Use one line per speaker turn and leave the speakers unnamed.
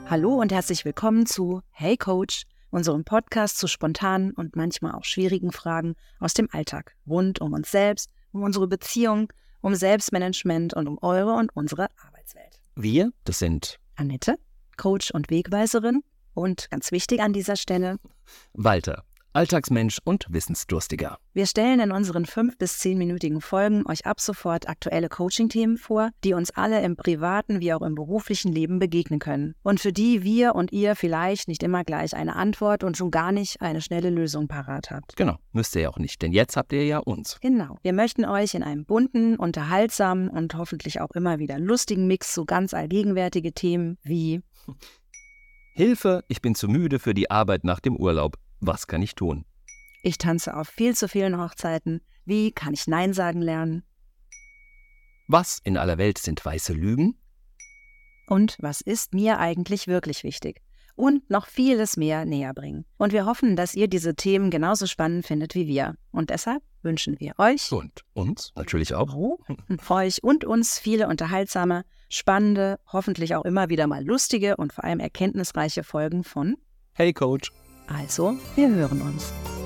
Hallo und herzlich willkommen zu Hey Coach, unserem Podcast zu spontanen und manchmal auch schwierigen Fragen aus dem Alltag, rund um uns selbst, um unsere Beziehung, um Selbstmanagement und um eure und unsere Arbeitswelt.
Wir, das sind
Annette, Coach und Wegweiserin und ganz wichtig an dieser Stelle,
Walter, Alltagsmensch und Wissensdurstiger.
wir stellen in unseren 5- bis 10-minütigen Folgen euch ab sofort aktuelle Coaching-Themen vor, die uns alle im privaten wie auch im beruflichen Leben begegnen können und für die wir und ihr vielleicht nicht immer gleich eine Antwort und schon gar nicht eine schnelle Lösung parat habt.
Genau, müsst ihr ja auch nicht, denn jetzt habt ihr ja uns.
Genau. Wir möchten euch in einem bunten, unterhaltsamen und hoffentlich auch immer wieder lustigen Mix so ganz allgegenwärtige Themen wie
Hilfe, ich bin zu müde für die Arbeit nach dem Urlaub. Was kann ich tun?
ich tanze auf viel zu vielen Hochzeiten, wie kann ich Nein sagen lernen
Was in aller Welt sind weiße Lügen?
und was ist mir eigentlich wirklich wichtig und noch vieles mehr näher bringen. Und wir hoffen, dass ihr diese Themen genauso spannend findet wie wir. Und deshalb wünschen wir euch
Und uns natürlich auch.
euch und uns viele unterhaltsame, spannende, hoffentlich auch immer wieder mal lustige und vor allem erkenntnisreiche Folgen von
Hey Coach.
Also, wir hören uns.